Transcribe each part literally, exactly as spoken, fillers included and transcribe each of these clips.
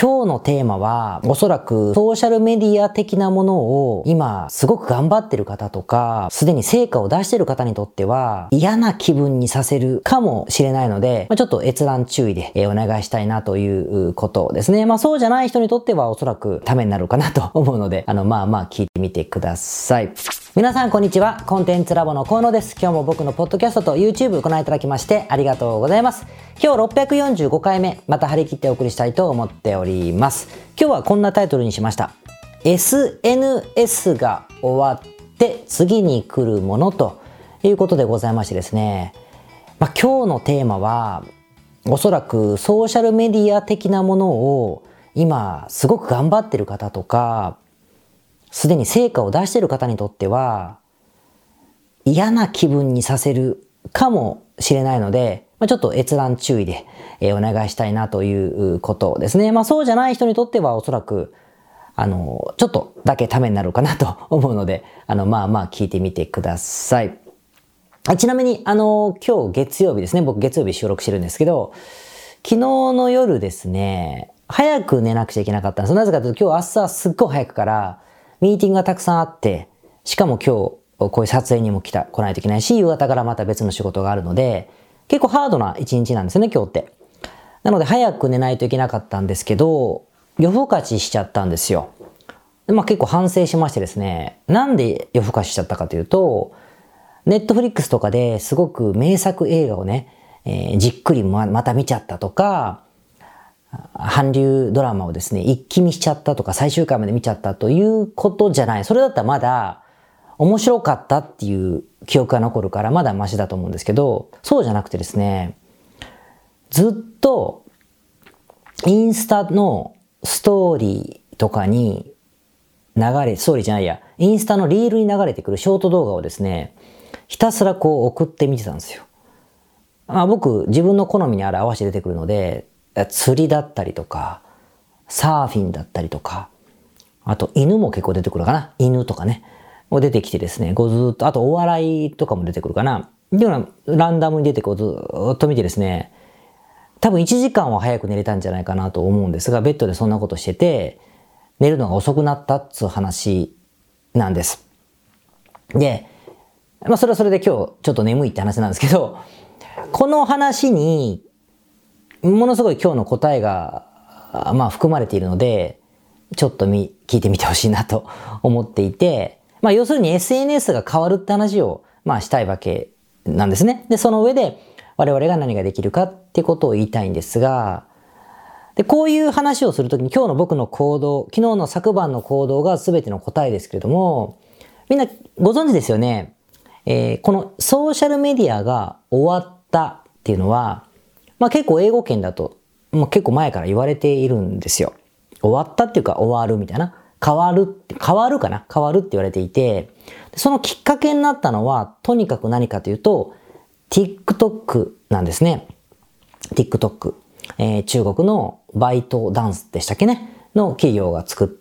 今日のテーマは、おそらくソーシャルメディア的なものを今すごく頑張ってる方とか、すでに成果を出してる方にとっては嫌な気分にさせるかもしれないので、ちょっと閲覧注意でお願いしたいなということですね。まあそうじゃない人にとってはおそらくためになるかなと思うので、あのまあまあ聞いてみてください。皆さんこんにちは。コンテンツラボの河野です。今日も僕のポッドキャストと YouTube ご覧いただきましてありがとうございます。今日ろっぴゃくよんじゅうごかいめ、また張り切ってお送りしたいと思っております。今日はこんなタイトルにしました。エスエヌエス が終わって次に来るものということでございましてですね。まあ、今日のテーマはおそらくソーシャルメディア的なものを今すごく頑張ってる方とか、すでに成果を出している方にとっては嫌な気分にさせるかもしれないので、ちょっと閲覧注意でお願いしたいなということですね。まあそうじゃない人にとってはおそらくあのちょっとだけためになるかなと思うので、あのまあまあ聞いてみてください。ちなみにあの今日月曜日ですね。僕月曜日収録してるんですけど、昨日の夜ですね、早く寝なくちゃいけなかったんです。なぜかというと今日朝すっごい早くからミーティングがたくさんあって、しかも今日こういう撮影にも来た、来ないといけないし、夕方からまた別の仕事があるので、結構ハードな一日なんですよね、今日って。なので早く寝ないといけなかったんですけど、夜更かししちゃったんですよ。でまあ結構反省しましてですね、なんで夜更かししちゃったかというと、ネットフリックスとかですごく名作映画をね、えー、じっくりま、また見ちゃったとか、韓流ドラマをですね、一気見しちゃったとか、最終回まで見ちゃったということじゃない。それだったらまだ面白かったっていう記憶が残るからまだマシだと思うんですけど、そうじゃなくてですね、ずっとインスタのストーリーとかに流れ、ストーリーじゃないや、インスタのリールに流れてくるショート動画をですね、ひたすらこう送ってみてたんですよ。まあ僕、自分の好みにあれ合わせて出てくるので、釣りだったりとか、サーフィンだったりとか、あと犬も結構出てくるかな。犬とかね。出てきてですね、こうずーっと、あとお笑いとかも出てくるかな。っていうのはランダムに出てこうずーっと見てですね、多分いちじかんは早く寝れたんじゃないかなと思うんですが、ベッドでそんなことしてて、寝るのが遅くなったっつう話なんです。で、まあそれはそれで今日ちょっと眠いって話なんですけど、この話にものすごい今日の答えが、まあ含まれているので、ちょっとみ聞いてみてほしいなと思っていて、まあ要するに エスエヌエス が変わるって話をまあしたいわけなんですね。で、その上で我々が何ができるかってことを言いたいんですが、で、こういう話をするときに今日の僕の行動、昨日の昨晩の行動が全ての答えですけれども、みんなご存知ですよね。えー、このソーシャルメディアが終わったっていうのは、まあ結構英語圏だと、まあ、結構前から言われているんですよ。終わったっていうか終わるみたいな。変わるって、変わるかな変わるって言われていて、そのきっかけになったのは、とにかく何かというと、TikTok なんですね。TikTok。えー、中国のバイトダンスでしたっけねの企業が作った、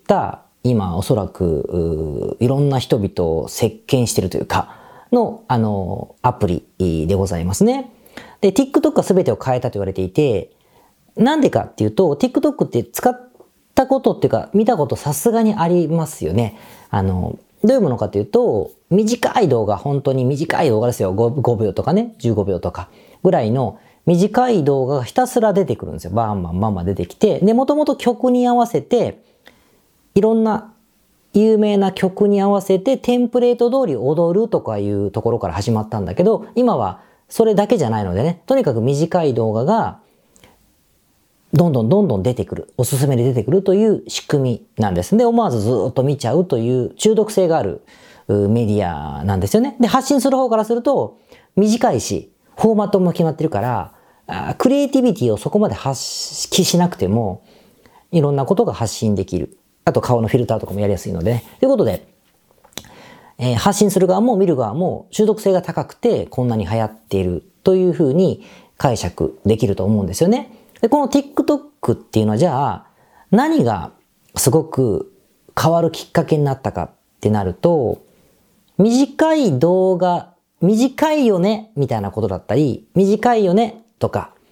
今おそらく、いろんな人々を席巻しているというか、の、あの、アプリでございますね。で、TikTok が全てを変えたと言われていて、なんでかっていうと、TikTok って使ったことっていうか、見たことさすがにありますよね。あの、どういうものかというと、短い動画、本当に短い動画ですよ。ご, ごびょうとかね、じゅうごびょうとかぐらいの短い動画がひたすら出てくるんですよ。バーンバンバンバン出てきて。で、もともと曲に合わせて、いろんな有名な曲に合わせてテンプレート通り踊るとかいうところから始まったんだけど、今はそれだけじゃないのでね、とにかく短い動画がどんどんどんどん出てくる、おすすめで出てくるという仕組みなんです。で、思わずずっと見ちゃうという中毒性があるメディアなんですよね。で、発信する方からすると短いし、フォーマットも決まってるから、クリエイティビティをそこまで発揮しなくても、いろんなことが発信できる。あと顔のフィルターとかもやりやすいので、ね。ということで、えー、発信する側も見る側も中毒性が高くてこんなに流行っているというふうに解釈できると思うんですよね。で、この TikTok っていうのはじゃあ何がすごく変わるきっかけになったかってなると、短い動画、短いよねみたいなことだったり、短いよねとか、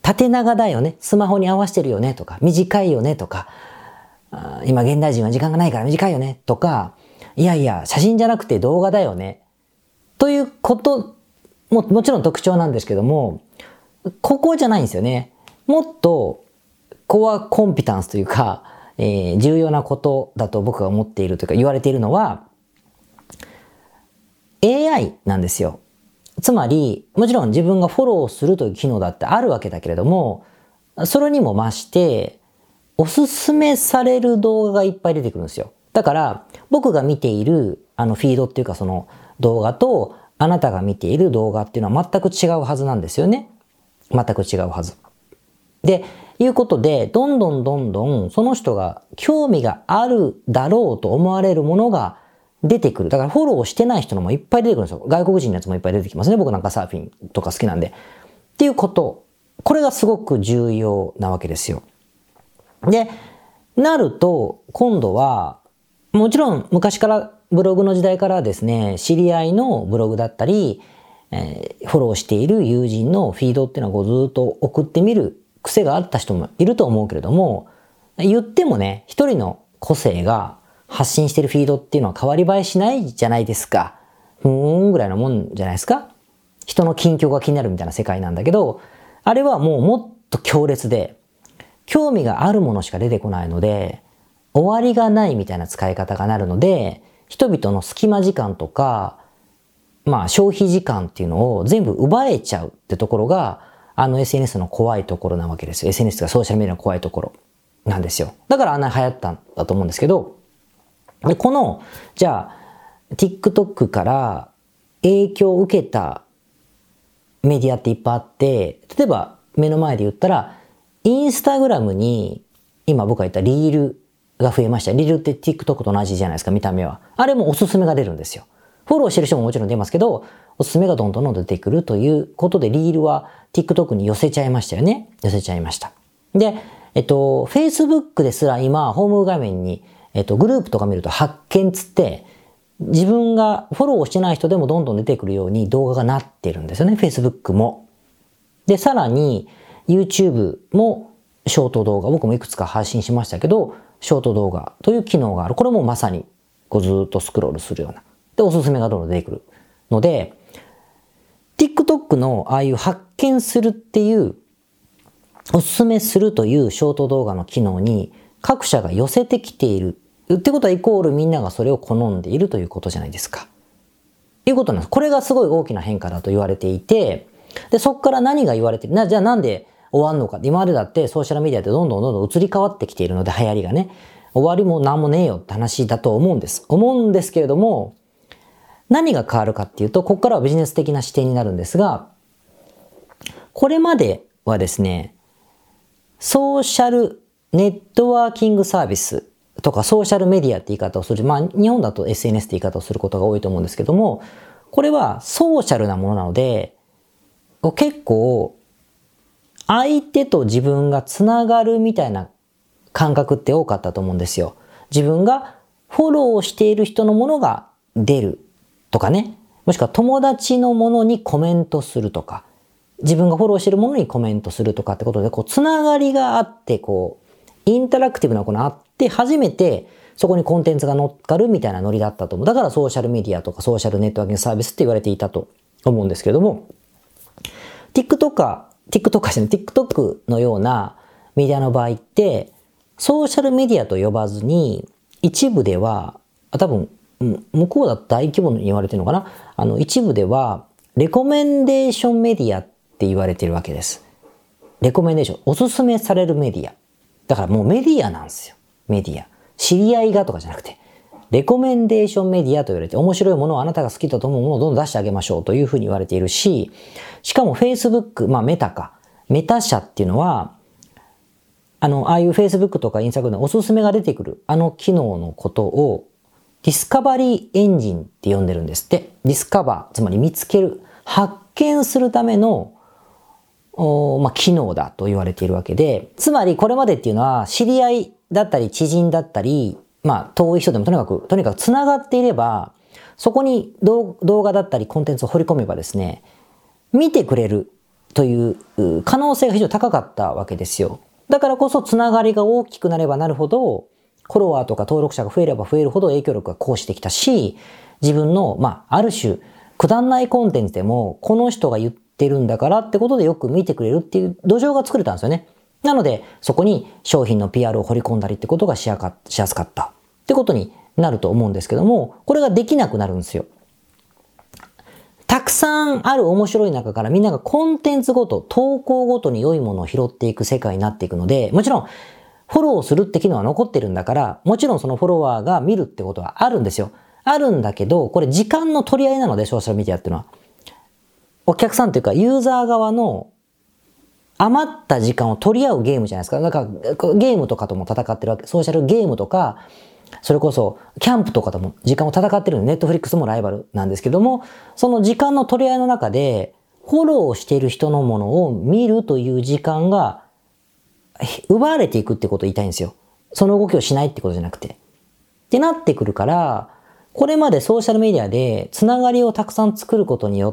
縦長だよね。スマホに合わせてるよねとか、短いよねとか、今現代人は時間がないから短いよねとか、いやいや、写真じゃなくて動画だよね。ということももちろん特徴なんですけども、ここじゃないんですよね。もっとコアコンピタンスというか、えー、重要なことだと僕が思っているというか言われているのは エーアイ なんですよ。つまり、もちろん自分がフォローするという機能だってあるわけだけれども、それにも増して、おすすめされる動画がいっぱい出てくるんですよ。だから、僕が見ている、あの、フィードっていうかその動画と、あなたが見ている動画っていうのは全く違うはずなんですよね。全く違うはず。で、いうことで、どんどんどんどん、その人が興味があるだろうと思われるものが、出てくる。だからフォローしてない人のもいっぱい出てくるんですよ。外国人のやつもいっぱい出てきますね。僕なんかサーフィンとか好きなんで。っていうこと。これがすごく重要なわけですよ。で、なると、今度は、もちろん昔からブログの時代からですね、知り合いのブログだったり、えー、フォローしている友人のフィードっていうのをずっと送ってみる癖があった人もいると思うけれども、言ってもね、一人の個性が発信してるフィードっていうのは変わり映えしないじゃないですか。ふーんぐらいのもんじゃないですか。人の近況が気になるみたいな世界なんだけど、あれはもうもっと強烈で、興味があるものしか出てこないので、終わりがないみたいな使い方がなるので、人々の隙間時間とか、まあ消費時間っていうのを全部奪えちゃうってところが、あの エスエヌエス の怖いところなわけですよ。エスエヌエス がソーシャルメディアの怖いところなんですよ。だからあんなに流行ったんだと思うんですけど、で、この、じゃあ、TikTok から影響を受けたメディアっていっぱいあって、例えば目の前で言ったら、インスタグラムに、今僕が言ったリールが増えました。リールって TikTok と同じじゃないですか、見た目は。あれもおすすめが出るんですよ。フォローしてる人ももちろん出ますけど、おすすめがどんどんどんどん出てくるということで、リールは TikTok に寄せちゃいましたよね。寄せちゃいました。で、えっと、Facebook ですら今、ホーム画面に、えっと、グループとか見ると発見つって、自分がフォローしてない人でもどんどん出てくるように動画がなってるんですよね。Facebook も。で、さらに YouTube もショート動画、僕もいくつか配信しましたけど、ショート動画という機能がある。これもまさにこうずっとスクロールするような。で、おすすめがどんどん出てくるので、TikTok のああいう発見するっていう、おすすめするというショート動画の機能に各社が寄せてきているってことはイコールみんながそれを好んでいるということじゃないですか。いうことなんです。これがすごい大きな変化だと言われていて、で、そこから何が言われてるな、じゃあなんで終わんのか。今までだってソーシャルメディアってどんどんどんどん移り変わってきているので、流行りがね。終わりもなんもねえよって話だと思うんです。思うんですけれども、何が変わるかっていうと、ここからはビジネス的な視点になるんですが、これまではですね、ソーシャルネットワーキングサービスとかソーシャルメディアって言い方をする。まあ日本だと エスエヌエスって言い方をすることが多いと思うんですけども、これはソーシャルなものなので、結構相手と自分がつながるみたいな感覚って多かったと思うんですよ。自分がフォローしている人のものが出るとかね。もしくは友達のものにコメントするとか。自分がフォローしているものにコメントするとかってことで、こう、つながりがあって、こう、インタラクティブなこのあって、初めてそこにコンテンツが乗っかるみたいなノリだったと思う。だからソーシャルメディアとかソーシャルネットワーキングサービスって言われていたと思うんですけれども、TikTok、TikTok じゃない、TikTok のようなメディアの場合って、ソーシャルメディアと呼ばずに、一部では、多分、向こうだと大規模に言われてるのかな。あの、一部では、レコメンデーションメディアって言われてるわけです。レコメンデーション。おすすめされるメディア。だからもうメディアなんですよ。メディア。知り合いがとかじゃなくて。レコメンデーションメディアと言われて、面白いものをあなたが好きだと思うものをどんどん出してあげましょうというふうに言われているし、しかも Facebook、まあメタか。メタ社っていうのは、あの、ああいう Facebook とか Instagram のおすすめが出てくる、あの機能のことを、ディスカバリーエンジンって呼んでるんですって。ディスカバー、つまり見つける、発見するための、まあ、機能だと言われているわけで、つまりこれまでっていうのは、知り合いだったり、知人だったり、まあ、遠い人でもとにかく、とにかく繋がっていれば、そこに動画だったりコンテンツを掘り込めばですね、見てくれるという可能性が非常に高かったわけですよ。だからこそつながりが大きくなればなるほど、フォロワーとか登録者が増えれば増えるほど影響力が行使できたし、自分の、まあ、ある種、くだんないコンテンツでも、この人が言ってるんだからってことでよく見てくれるっていう土壌が作れたんですよね。なので、そこに商品の ピーアール を掘り込んだりってことがしやか、しやすかったってことになると思うんですけども、これができなくなるんですよ。たくさんある面白い中からみんながコンテンツごと、投稿ごとに良いものを拾っていく世界になっていくので、もちろん、フォローするって機能は残ってるんだから、もちろんそのフォロワーが見るってことはあるんですよ。あるんだけど、これ時間の取り合いなので、ソーシャルメディアっていうのは。お客さんというか、ユーザー側の余った時間を取り合うゲームじゃないですか。だから、ゲームとかとも戦ってるわけ。ソーシャルゲームとか、それこそ、キャンプとかとも時間を戦ってるので、ネットフリックスもライバルなんですけども、その時間の取り合いの中で、フォローしている人のものを見るという時間が、奪われていくってことを言いたいんですよ。その動きをしないってことじゃなくて。ってなってくるから、これまでソーシャルメディアでつながりをたくさん作ることによって、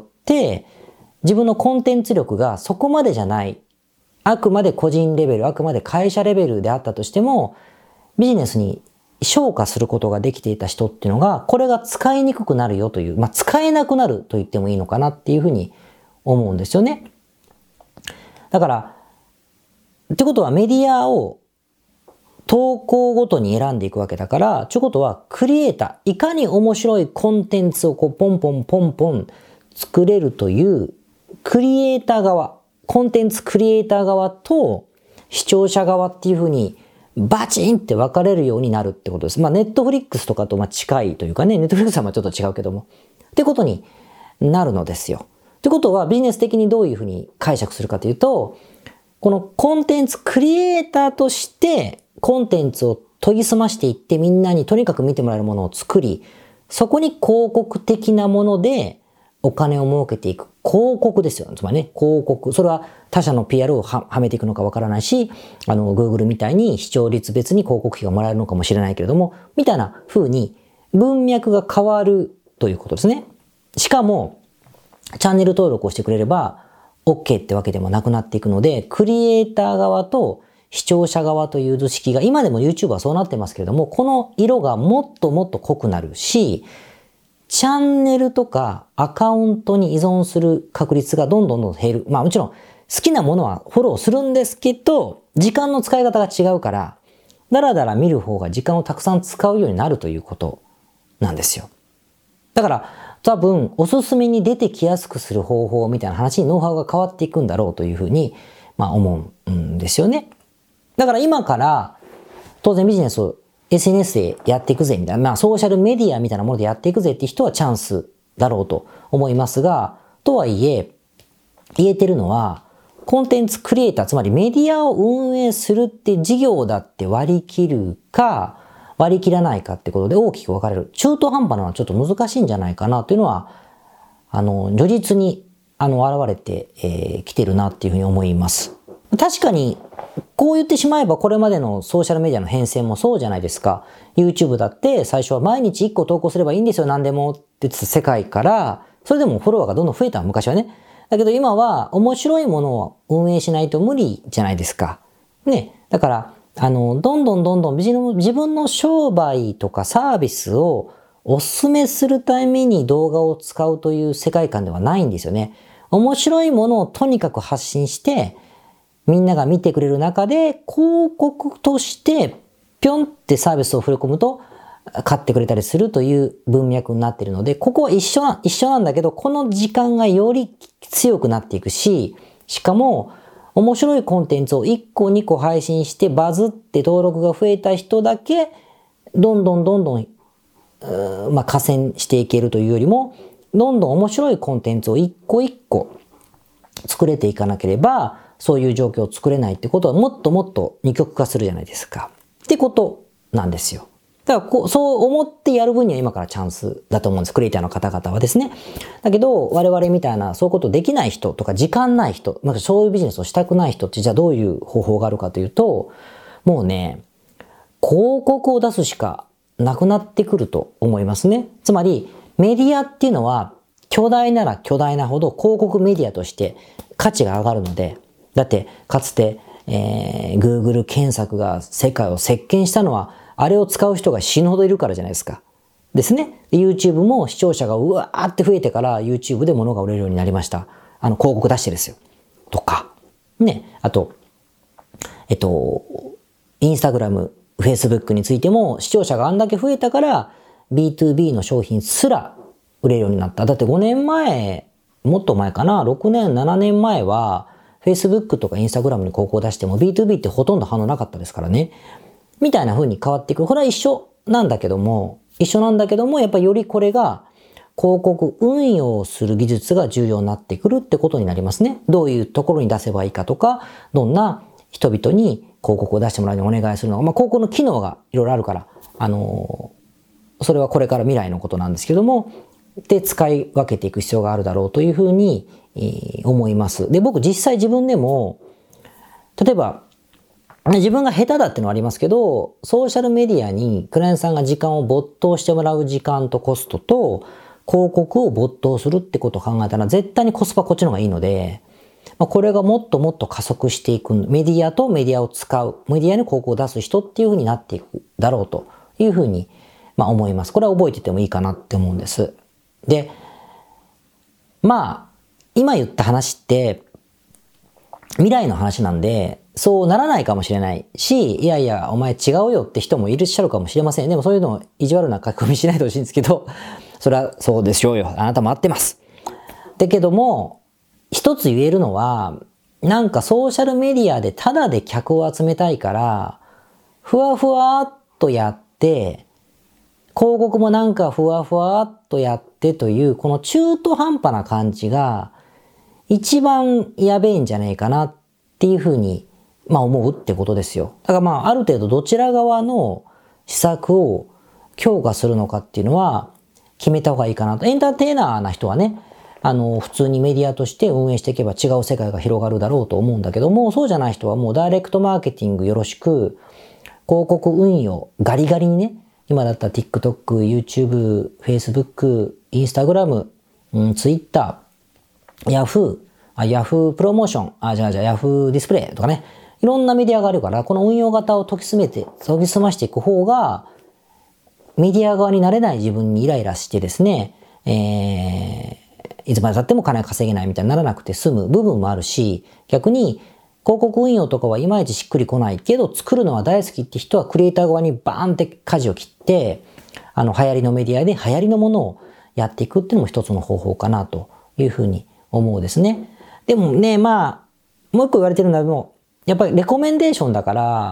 自分のコンテンツ力がそこまでじゃない。あくまで個人レベル、あくまで会社レベルであったとしても、ビジネスに昇華することができていた人っていうのが、これが使いにくくなるよという、まあ、使えなくなると言ってもいいのかなっていうふうに思うんですよね。だから、ってことはメディアを投稿ごとに選んでいくわけだから、ということはクリエイター、いかに面白いコンテンツをこうポンポンポンポン作れるというクリエイター側、コンテンツクリエイター側と視聴者側っていうふうにバチンって分かれるようになるってことです。まあネットフリックスとかとまあ近いというかね、ネットフリックスはまあちょっと違うけども。ってことになるのですよ。ってことはビジネス的にどういうふうに解釈するかというと、このコンテンツクリエイターとしてコンテンツを研ぎ澄ましていってみんなにとにかく見てもらえるものを作り、そこに広告的なものでお金を儲けていく。広告ですよ。つまりね、広告。それは他社の ピーアール を は, はめていくのかわからないし、あの、Google みたいに視聴率別に広告費がもらえるのかもしれないけれども、みたいな風に文脈が変わるということですね。しかも、チャンネル登録をしてくれれば、OK ってわけでもなくなっていくので、クリエイター側と視聴者側という図式が、今でも YouTube はそうなってますけれども、この色がもっともっと濃くなるし、チャンネルとかアカウントに依存する確率がどんどんどんどん減る。まあもちろん好きなものはフォローするんですけど、時間の使い方が違うから、だらだら見る方が時間をたくさん使うようになるということなんですよ。だから、多分、おすすめに出てきやすくする方法みたいな話にノウハウが変わっていくんだろうというふうに、まあ思うんですよね。だから今から、当然ビジネスを エスエヌエス でやっていくぜみたいな、まあソーシャルメディアみたいなものでやっていくぜっていう人はチャンスだろうと思いますが、とはいえ、言えてるのは、コンテンツクリエイター、つまりメディアを運営するって事業だって割り切るか、割り切らないかってことで大きく分かれる。中途半端なのはちょっと難しいんじゃないかなというのは、あの、如実に、あの、現れてき、えー、てるなっていうふうに思います。確かに、こう言ってしまえばこれまでのソーシャルメディアの変遷もそうじゃないですか。YouTube だって最初は毎日いっこ投稿すればいいんですよ、何でもって言ってた世界から、それでもフォロワーがどんどん増えた、昔はね。だけど今は面白いものを運営しないと無理じゃないですか。ね。だから、あの、どんどんどんどん自分の商売とかサービスをお勧めするために動画を使うという世界観ではないんですよね。面白いものをとにかく発信して、みんなが見てくれる中で広告としてぴょんってサービスを振り込むと買ってくれたりするという文脈になっているので、ここは一緒な、一緒なんだけど、この時間がより強くなっていくし、しかも、面白いコンテンツをいっこにこ配信してバズって登録が増えた人だけどんどんどんどん、まあ、加戦していけるというよりもどんどん面白いコンテンツをいっこいっこ作れていかなければそういう状況を作れないってことはもっともっと二極化するじゃないですかってことなんですよ。だからこう、そう思ってやる分には今からチャンスだと思うんです。クリエイターの方々はですね。だけど、我々みたいな、そういうことできない人とか、時間ない人、なんかそういうビジネスをしたくない人って、じゃあどういう方法があるかというと、もうね、広告を出すしかなくなってくると思いますね。つまり、メディアっていうのは、巨大なら巨大なほど広告メディアとして価値が上がるので、だってかつて、えー、Google 検索が世界を席巻したのは、あれを使う人が死ぬほどいるからじゃないですか。ですね。YouTube も視聴者がうわーって増えてから YouTube で物が売れるようになりました。あの、広告出してですよ。とか。ね。あと、えっと、Instagram、Facebook についても視聴者があんだけ増えたから ビーツービー の商品すら売れるようになった。だってごねんまえ、もっと前かな、ろくねん、ななねんまえは Facebook とか Instagram に広告を出しても ビーツービー ってほとんど反応なかったですからね。みたいな風に変わっていく。これは一緒なんだけども、一緒なんだけども、やっぱりよりこれが広告運用する技術が重要になってくるってことになりますね。どういうところに出せばいいかとか、どんな人々に広告を出してもらうようにお願いするのか、まあ広告の機能がいろいろあるから、あのー、それはこれから未来のことなんですけども、で使い分けていく必要があるだろうというふうに、えー、思います。で、僕実際自分でも、例えば、自分が下手だってのはありますけど、ソーシャルメディアにクライアントさんが時間を没頭してもらう時間とコストと、広告を没頭するってことを考えたら、絶対にコスパこっちの方がいいので、まあ、これがもっともっと加速していく、メディアとメディアを使う、メディアに広告を出す人っていう風になっていくだろうというふうに、まあ、思います。これは覚えててもいいかなって思うんです。で、まあ、今言った話って、未来の話なんで、そうならないかもしれないし、いやいや、お前違うよって人もいらっしゃるかもしれません。でもそういうのを意地悪な書き込みしないでほしいんですけど、それはそうでしょうよ。あなたも合ってます。だけども、一つ言えるのは、なんかソーシャルメディアでタダで客を集めたいから、ふわふわっとやって、広告もなんかふわふわっとやってという、この中途半端な感じが、一番やべえんじゃねえかなっていうふうに、まあ思うってことですよ。だからまあある程度どちら側の施策を強化するのかっていうのは決めた方がいいかなと。エンターテイナーな人はね、あの普通にメディアとして運営していけば違う世界が広がるだろうと思うんだけども、そうじゃない人はもうダイレクトマーケティングよろしく、広告運用ガリガリにね、今だったら TikTok、YouTube、Facebook、Instagram、うん、Twitter、Yahoo、あ、Yahoo プロモーション、あ、じゃあじゃあ Yahoo ディスプレイとかね、いろんなメディアがあるから、この運用型を解き進めて、解き進ましていく方が、メディア側になれない自分にイライラしてですね、えー、いつまで経っても金稼げないみたいにならなくて済む部分もあるし、逆に広告運用とかはいまいちしっくりこないけど、作るのは大好きって人はクリエイター側にバーンって舵を切って、あの流行りのメディアで流行りのものをやっていくっていうのも一つの方法かなというふうに思うですね。でもね、まあ、もう一個言われてるのはもう、やっぱりレコメンデーションだから、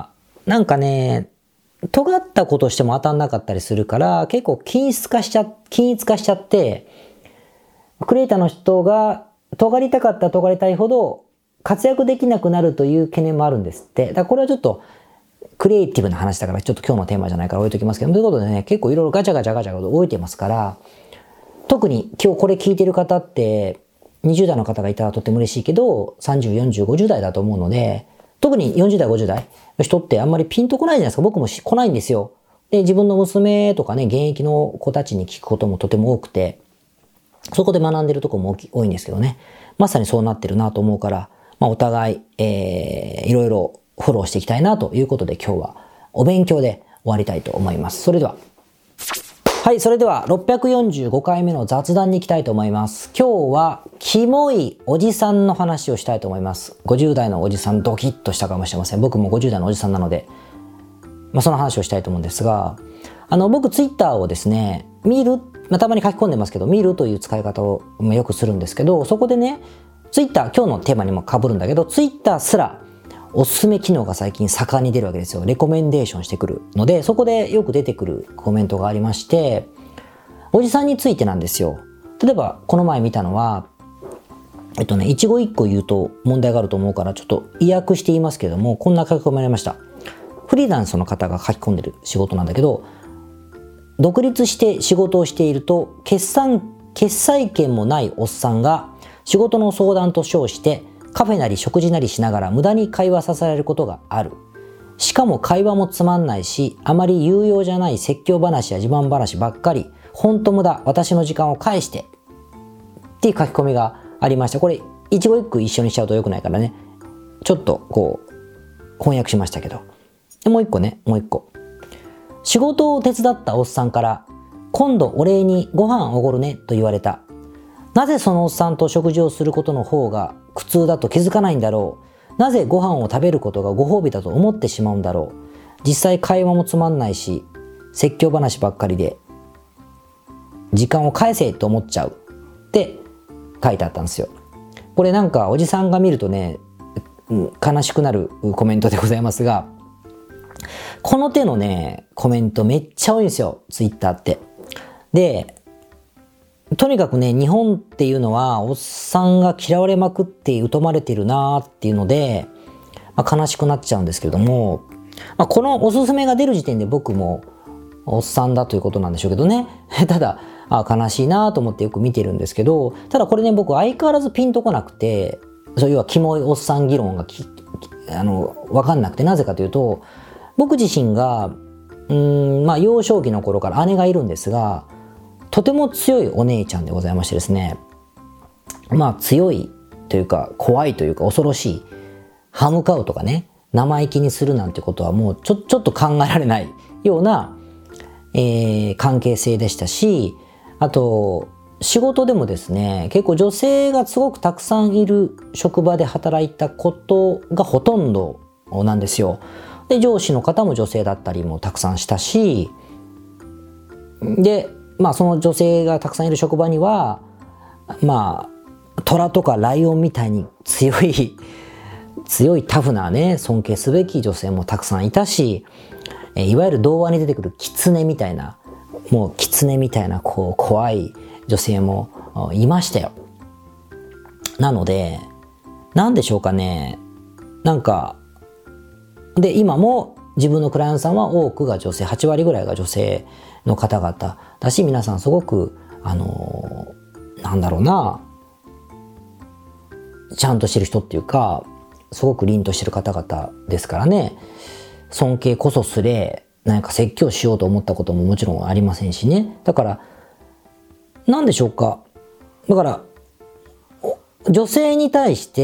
なんかね、尖ったことしても当たんなかったりするから、結構均一化しちゃ、均一化しちゃって、クリエイターの人が尖りたかった尖りたいほど活躍できなくなるという懸念もあるんですって。だからこれはちょっとクリエイティブな話だからちょっと今日のテーマじゃないから置いときますけど、ということでね、結構いろいろガチャガチャガチャガチャ動いてますから、特に今日これ聞いてる方って、にじゅう代の方がいたらとっても嬉しいけど、さんじゅう、よんじゅう、ごじゅう代だと思うので、特によんじゅう代、ごじゅう代の人ってあんまりピンとこないじゃないですか。僕も来ないんですよ。で、自分の娘とかね、現役の子たちに聞くこともとても多くて、そこで学んでるところも多いんですけどね。まさにそうなってるなと思うから、まあお互い、えー、いろいろフォローしていきたいなということで今日はお勉強で終わりたいと思います。それでは。はい、それではろっぴゃくよんじゅうごかいめの雑談に行きたいと思います。今日はキモいおじさんの話をしたいと思います。ごじゅう代のおじさんドキッとしたかもしれません。僕もごじゅう代のおじさんなので、まあその話をしたいと思うんですが、あの僕ツイッターをですね、見る、まあ、たまに書き込んでますけど、見るという使い方をよくするんですけど、そこでね、ツイッター、今日のテーマにも被るんだけど、ツイッターすらおすすめ機能が最近盛んに出るわけですよ。レコメンデーションしてくるので、そこでよく出てくるコメントがありまして、おじさんについてなんですよ。例えば、この前見たのは、えっとね、一語一個言うと問題があると思うから、ちょっと意訳して言いますけども、こんな書き込みありました。フリーランスの方が書き込んでる仕事なんだけど、独立して仕事をしていると、決算、決済権もないおっさんが仕事の相談と称して、カフェなり食事なりしながら無駄に会話させられることがある。しかも会話もつまんないし、あまり有用じゃない説教話や自慢話ばっかり、ほんと無駄、私の時間を返してっていう書き込みがありました。これ一語一句一緒にしちゃうと良くないからね、ちょっとこう翻訳しましたけど。でもう一個ね、もう一個。仕事を手伝ったおっさんから、今度お礼にご飯おごるねと言われた。なぜそのおっさんと食事をすることの方が苦痛だと気づかないんだろう。なぜご飯を食べることがご褒美だと思ってしまうんだろう。実際会話もつまんないし、説教話ばっかりで、時間を返せと思っちゃうって書いてあったんですよ。これなんかおじさんが見るとね、悲しくなるコメントでございますが、この手のね、コメントめっちゃ多いんですよ、ツイッターって。で、とにかくね、日本っていうのはおっさんが嫌われまくって疎まれてるなーっていうので、まあ、悲しくなっちゃうんですけれども、まあ、このおすすめが出る時点で僕もおっさんだということなんでしょうけどね。ただ、あ、悲しいなと思ってよく見てるんですけど、ただこれね、僕相変わらずピンとこなくて、そういうはキモいおっさん議論がきあの分かんなくて、なぜかというと、僕自身がうーんまあ幼少期の頃から姉がいるんですが、とても強いお姉ちゃんでございましてですね、まあ強いというか怖いというか恐ろしい、歯向かうとかね、生意気にするなんてことはもうちょちょっと考えられないような、えー、関係性でしたし、あと仕事でもですね、結構女性がすごくたくさんいる職場で働いたことがほとんどなんですよ。で、上司の方も女性だったりもたくさんしたし、で、まあその女性がたくさんいる職場には、まあ虎とかライオンみたいに強い強いタフなね、尊敬すべき女性もたくさんいたし、いわゆる童話に出てくる狐みたいな、もう狐みたいなこう怖い女性もいましたよ。なので、なんでしょうかね。なんか、で、今も自分のクライアントさんは多くが女性、はち割ぐらいが女性の方々だし、皆さんすごく、あのー、なんだろうな、ちゃんとしてる人っていうか、すごく凛としてる方々ですからね、尊敬こそすれ、何か説教しようと思ったことももちろんありませんしね。だから、なんでしょうか。だから、女性に対して、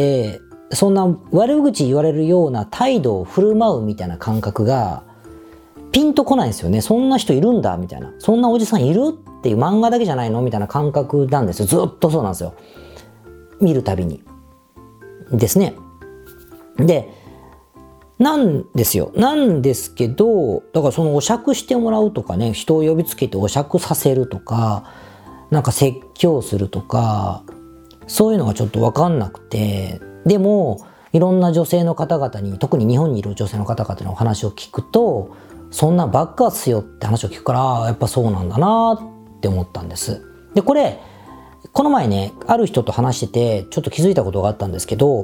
そんな悪口言われるような態度を振る舞うみたいな感覚が、ピンとこないんですよね。そんな人いるんだみたいな。そんなおじさんいるっていう、漫画だけじゃないのみたいな感覚なんですよ。ずっとそうなんですよ。見るたびに。ですね。で、なんですよ。なんですけど、だからそのお酌してもらうとかね、人を呼びつけてお酌させるとか、なんか説教するとか、そういうのがちょっとわかんなくて、でもいろんな女性の方々に、特に日本にいる女性の方々のお話を聞くと、そんなばっかっすよって話を聞くから、やっぱそうなんだなって思ったんです。で、これこの前ね、ある人と話しててちょっと気づいたことがあったんですけど、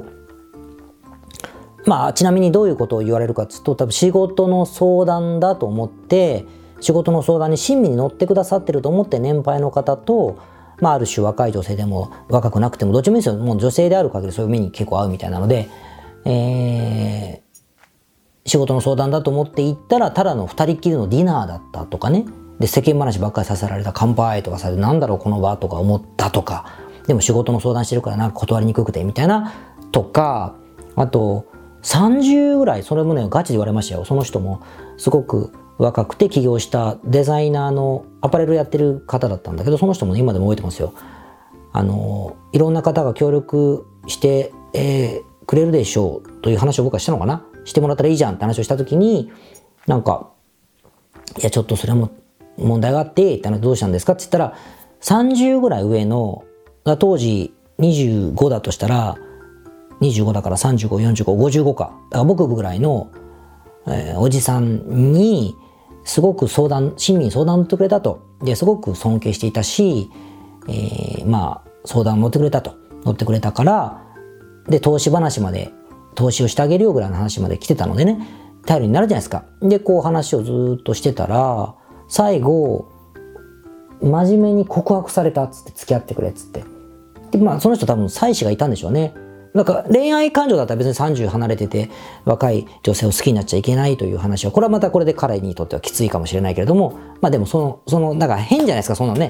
まあちなみにどういうことを言われるかっていうと、多分仕事の相談だと思って、仕事の相談に親身に乗ってくださってると思って、年配の方と、まあある種若い女性でも若くなくてもどっちもいいですよ。もう女性である限りそういう目に結構合うみたいなので、えー、仕事の相談だと思って行ったら、ただの二人っきりのディナーだったとかね。で、世間話ばっかりさせられた、乾杯とかされて、なんだろうこの場とか思ったとか、でも仕事の相談してるからなんか断りにくくてみたいなとか、あとさんじゅうぐらい、それもねガチで言われましたよ。その人もすごく若くて起業したデザイナーのアパレルやってる方だったんだけど、その人も、ね、今でも覚えてますよ。あのいろんな方が協力して、えー、くれるでしょうという話を僕はしたのかな、してもらったらいいじゃんって話をした時に、なんかいやちょっとそれも問題があってって話、どうしたんですかって言ったら、さんじゅうぐらい上の、当時にじゅうごだとしたらにじゅうごだからさんじゅうご、よんじゅうご、ごじゅうごか、だから僕ぐらいの、えー、おじさんにすごく相談、親身に相談を乗ってくれたと。で、すごく尊敬していたし、えー、まあ、相談を乗ってくれたと。乗ってくれたから、で、投資話まで、投資をしてあげるよぐらいの話まで来てたのでね、頼りになるじゃないですか。で、こう話をずっとしてたら、最後、真面目に告白されたっつって、付き合ってくれっつって。で、まあ、その人多分妻子がいたんでしょうね。なんか恋愛感情だったら別にさんじゅう離れてて若い女性を好きになっちゃいけないという話は、これはまたこれで彼にとってはきついかもしれないけれども、まあでもその、その、なんか変じゃないですか、そんなのね。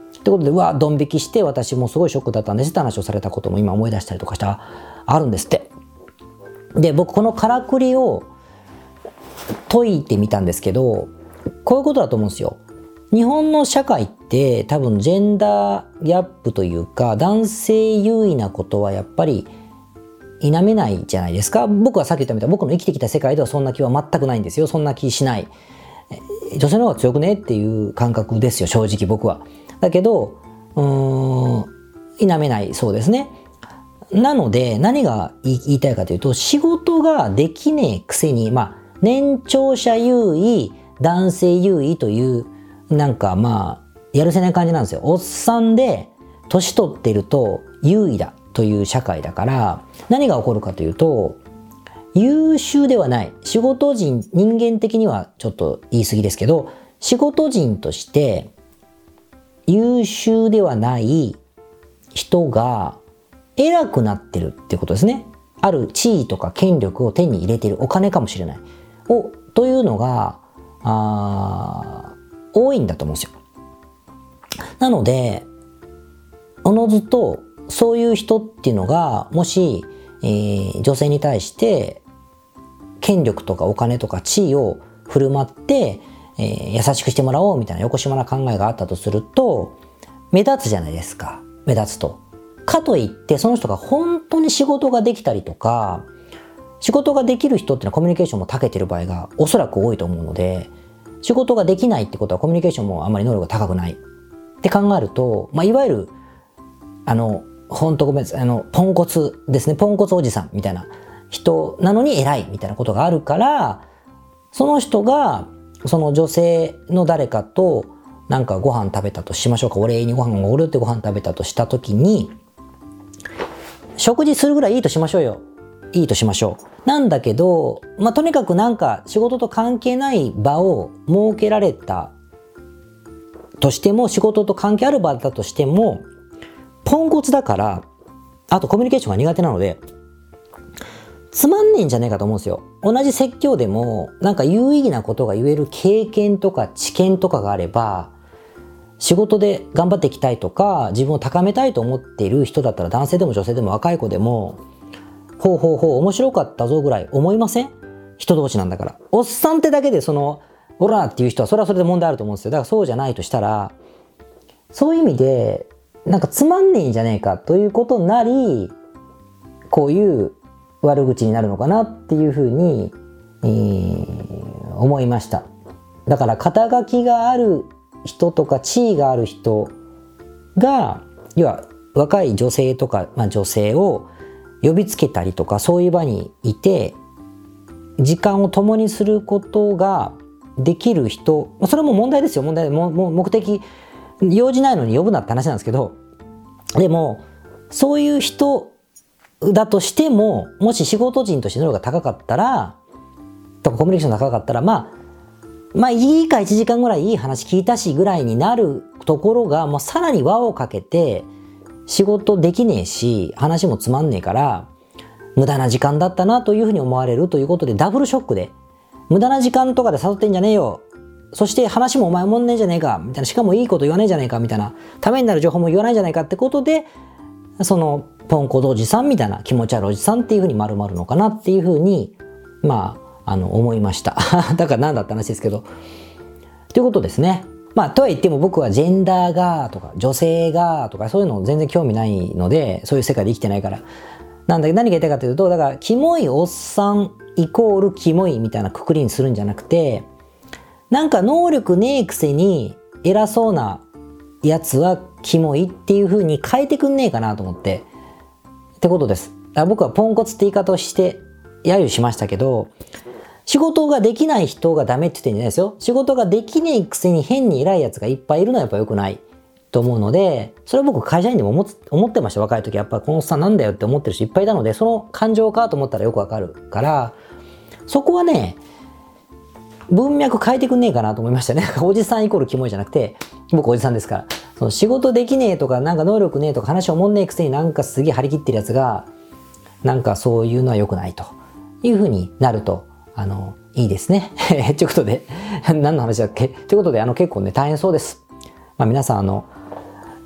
ってことで、うわ、ドン引きして、私もすごいショックだったんですって話をされたことも今思い出したりとかしたあるんですって。で、僕このからくりを解いてみたんですけど、こういうことだと思うんですよ。日本の社会って多分ジェンダーギャップというか、男性優位なことはやっぱり否めないじゃないですか。僕はさっき言ったみたいに僕の生きてきた世界ではそんな気は全くないんですよ。そんな気しない。女性の方が強くねっていう感覚ですよ、正直僕は。だけど、うーん、否めないそうですね。なので、何が言いたいかというと、仕事ができねえくせに、まあ、年長者優位、男性優位という、なんかまあ、やるせない感じなんですよ。おっさんで、年取ってると優位だという社会だから、何が起こるかというと、優秀ではない。仕事人、人間的にはちょっと言い過ぎですけど、仕事人として優秀ではない人が偉くなってるっていうことですね。ある地位とか権力を手に入れている、お金かもしれない。お、というのが、あー、多いんだと思うんですよ。なので、おのずとそういう人っていうのが、もし、えー、女性に対して権力とかお金とか地位を振る舞って、えー、優しくしてもらおうみたいなよこしまな考えがあったとすると、目立つじゃないですか。目立つと。かといってその人が本当に仕事ができたりとか、仕事ができる人っていうのはコミュニケーションも長けてる場合がおそらく多いと思うので、仕事ができないってことはコミュニケーションもあんまり能力が高くないって考えると、まあ、いわゆるあの本当ごめんなさい、あのポンコツですね、ポンコツおじさんみたいな人なのに偉いみたいなことがあるから、その人がその女性の誰かとなんかご飯食べたとしましょうか、お礼にご飯をおごるってご飯食べたとした時に、食事するぐらいいいとしましょうよ。いいとしましょう。なんだけど、まあ、とにかくなんか仕事と関係ない場を設けられたとしても、仕事と関係ある場だとしても、ポンコツだから、あとコミュニケーションが苦手なので、つまんねえんじゃねえかと思うんですよ。同じ説教でも、なんか有意義なことが言える経験とか知見とかがあれば、仕事で頑張っていきたいとか、自分を高めたいと思っている人だったら、男性でも女性でも若い子でも、ほうほうほう面白かったぞぐらい思いません？人同士なんだから。おっさんってだけでその、オラーっていう人はそれはそれで問題あると思うんですよ。だからそうじゃないとしたら、そういう意味で、なんかつまんねえんじゃねえかということになり、こういう悪口になるのかなっていうふうに、えー、思いました。だから肩書きがある人とか地位がある人が、要は若い女性とか、まあ、女性を呼びつけたりとか、そういう場にいて時間を共にすることができる人、それも問題ですよ。問題もも目的用事ないのに呼ぶなって話なんですけど、でもそういう人だとしても、もし仕事人として能力が高かったらとかコミュニケーションが高かったら、まあまあいいかいちじかんぐらいいい話聞いたしぐらいになるところが、もうさらに輪をかけて仕事できねえし話もつまんねえから無駄な時間だったなというふうに思われるということで、ダブルショックで、無駄な時間とかで誘ってんじゃねえよ、そして話もお前おもんねえじゃねえかみたいな、しかもいいこと言わねえじゃねえかみたいな、ためになる情報も言わないじゃないかってことで、そのポンコツおじさんみたいな、気持ち悪いおじさんっていうふうに丸まるのかなっていうふうにまああの思いましただから何だった話ですけど、ということですね。まあとは言っても僕はジェンダーがとか女性がとかそういうの全然興味ないので、そういう世界で生きてないからなんだけど、何が言いたいかというと、だからキモいおっさんイコールキモいみたいなくくりにするんじゃなくて、なんか能力ねえくせに偉そうなやつはキモいっていう風に変えてくんねえかなと思ってってことです。僕はポンコツって言い方をして揶揄しましたけど、仕事ができない人がダメって言ってんじゃないですよ。仕事ができねえくせに変に偉いやつがいっぱいいるのはやっぱ良くないと思うので、それは僕会社員でも 思, 思ってました。若い時やっぱこのおっさんなんだよって思ってる人いっぱいいたので、その感情かと思ったらよくわかるから、そこはね文脈変えてくんねえかなと思いましたね。おじさんイコールキモいじゃなくて、僕おじさんですから、その仕事できねえとかなんか能力ねえとか話おもんねえくせになんかすげえ張り切ってるやつがなんかそういうのは良くないという風になるとあのいいですね。ということで何の話だっけということで、あの結構ね大変そうです。まあ、皆さんあの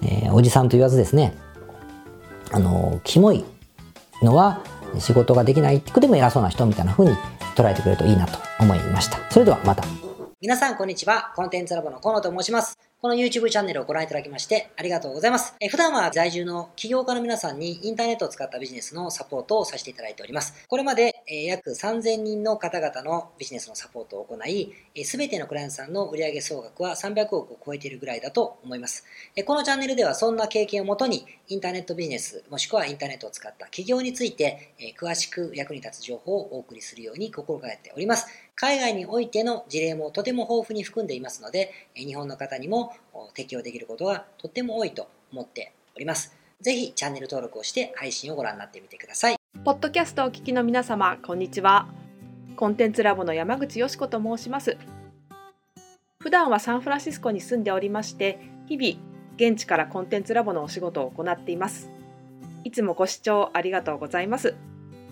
えー、おじさんと言わずですね、あのキモいのは仕事ができないってことでも偉そうな人みたいな風に捉えてくれるといいなと思いました。それではまた。皆さんこんにちは。コンテンツラボの河野と申します。この YouTube チャンネルをご覧いただきましてありがとうございます。え普段は在住の起業家の皆さんにインターネットを使ったビジネスのサポートをさせていただいております。これまでえ約さんぜんにんの方々のビジネスのサポートを行い、すべてのクライアントさんの売上総額はさんびゃくおくを超えているぐらいだと思います。このチャンネルではそんな経験をもとにインターネットビジネスもしくはインターネットを使った起業について詳しく役に立つ情報をお送りするように心がけております。海外においての事例もとても豊富に含んでいますので、日本の方にも適用できることがとっても多いと思っております。ぜひチャンネル登録をして配信をご覧になってみてください。 ポッドキャストをお聞きの皆様、こんにちは。コンテンツラボの山口よしこと申します。普段はサンフランシスコに住んでおりまして、日々現地からコンテンツラボのお仕事を行っています。いつもご視聴ありがとうございます。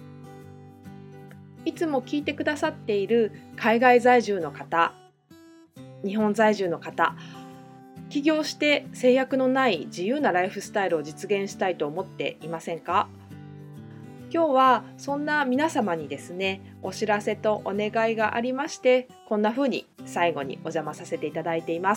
いつも聞いてくださっている海外在住の方、日本在住の方、起業して制約のない自由なライフスタイルを実現したいと思っていませんか？今日はそんな皆様にですね、お知らせとお願いがありまして、こんな風に最後にお邪魔させていただいています。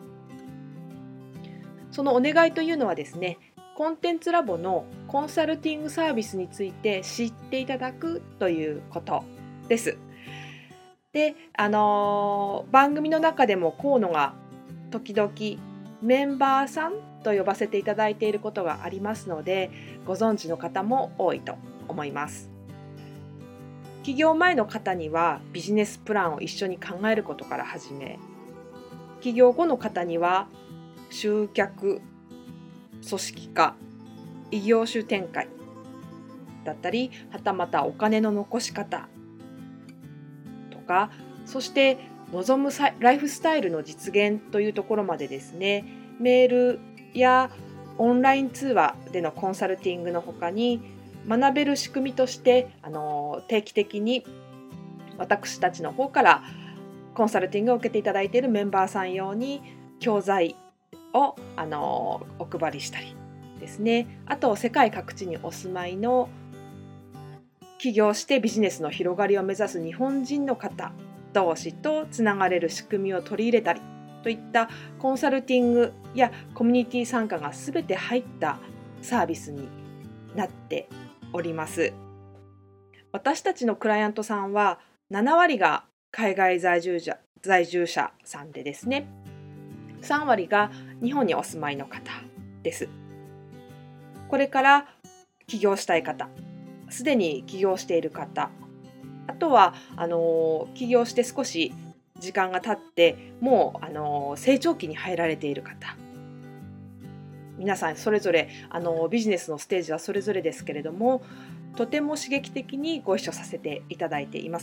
そのお願いというのはですね、コンテンツラボのコンサルティングサービスについて知っていただくということです。で、あのー、番組の中でも河野が時々メンバーさんと呼ばせていただいていることがありますので、ご存知の方も多いと思います。起業前の方にはビジネスプランを一緒に考えることから始め、起業後の方には集客、組織化、異業種展開だったり、はたまたお金の残し方とか、そして望むライフスタイルの実現というところまでですね、メールやオンライン通話でのコンサルティングの他に、学べる仕組みとしてあの定期的に私たちの方からコンサルティングを受けていただいているメンバーさん用に教材をあのお配りしたりですね、あと世界各地にお住まいの起業してビジネスの広がりを目指す日本人の方同士とつながれる仕組みを取り入れたりといったコンサルティングやコミュニティ参加がすべて入ったサービスになっております。私たちのクライアントさんはななわりが海外在住者、在住者さんでですね、さんわりが日本にお住まいの方です。これから起業したい方、すでに起業している方、あとはあの起業して少し時間が経ってもうあの成長期に入られている方、皆さんそれぞれあのビジネスのステージはそれぞれですけれども、とても刺激的にご一緒させていただいています。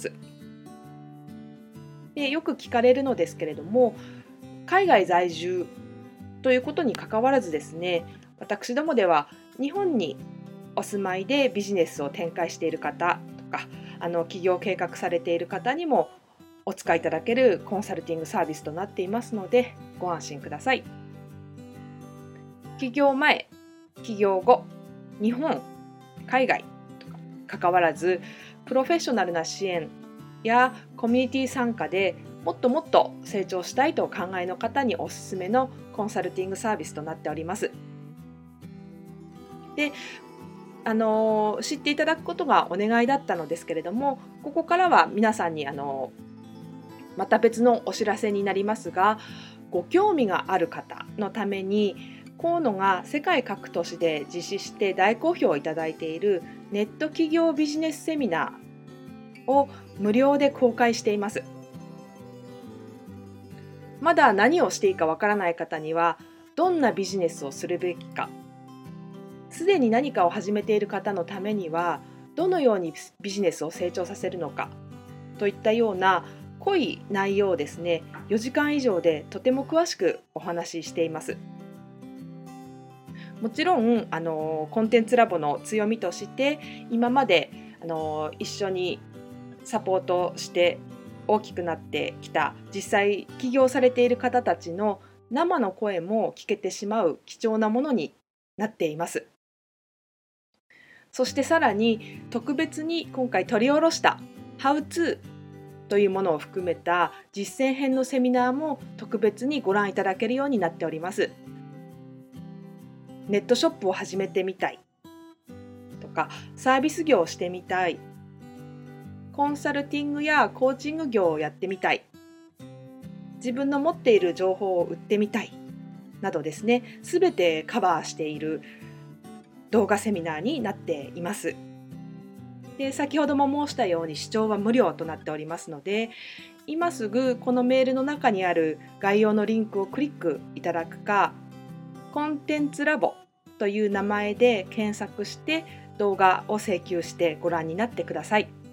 で、よく聞かれるのですけれども、海外在住ということに関わらずですね、私どもでは日本にお住まいでビジネスを展開している方とか、あの起業計画されている方にもお使いいただけるコンサルティングサービスとなっていますので、ご安心ください。起業前、起業後、日本、海外とか関わらず、プロフェッショナルな支援やコミュニティ参加でもっともっと成長したいとお考えの方におすすめのコンサルティングサービスとなっております。で、あの知っていただくことがお願いだったのですけれども、ここからは皆さんにあのまた別のお知らせになりますが、ご興味がある方のために河野が世界各都市で実施して大好評をいただいているネット企業ビジネスセミナーを無料で公開しています。まだ何をしていいかわからない方には、どんなビジネスをするべきか、すでに何かを始めている方のためにはどのようにビジネスを成長させるのかといったような濃い内容をですね、よじかん以上でとても詳しくお話ししています。もちろんあのコンテンツラボの強みとして、今まであの一緒にサポートして大きくなってきた、実際起業されている方たちの生の声も聞けてしまう貴重なものになっています。そしてさらに特別に今回取り下ろした「ハウツー」というものを含めた実践編のセミナーも特別にご覧いただけるようになっております。ネットショップを始めてみたいとか、サービス業をしてみたい、コンサルティングやコーチング業をやってみたい、自分の持っている情報を売ってみたいなどですね、すべてカバーしている動画セミナーになっています。で、先ほども申したように視聴は無料となっておりますので、今すぐこのメールの中にある概要のリンクをクリックいただくか、コンテンツラボという名前で検索して動画を請求してご覧になってください。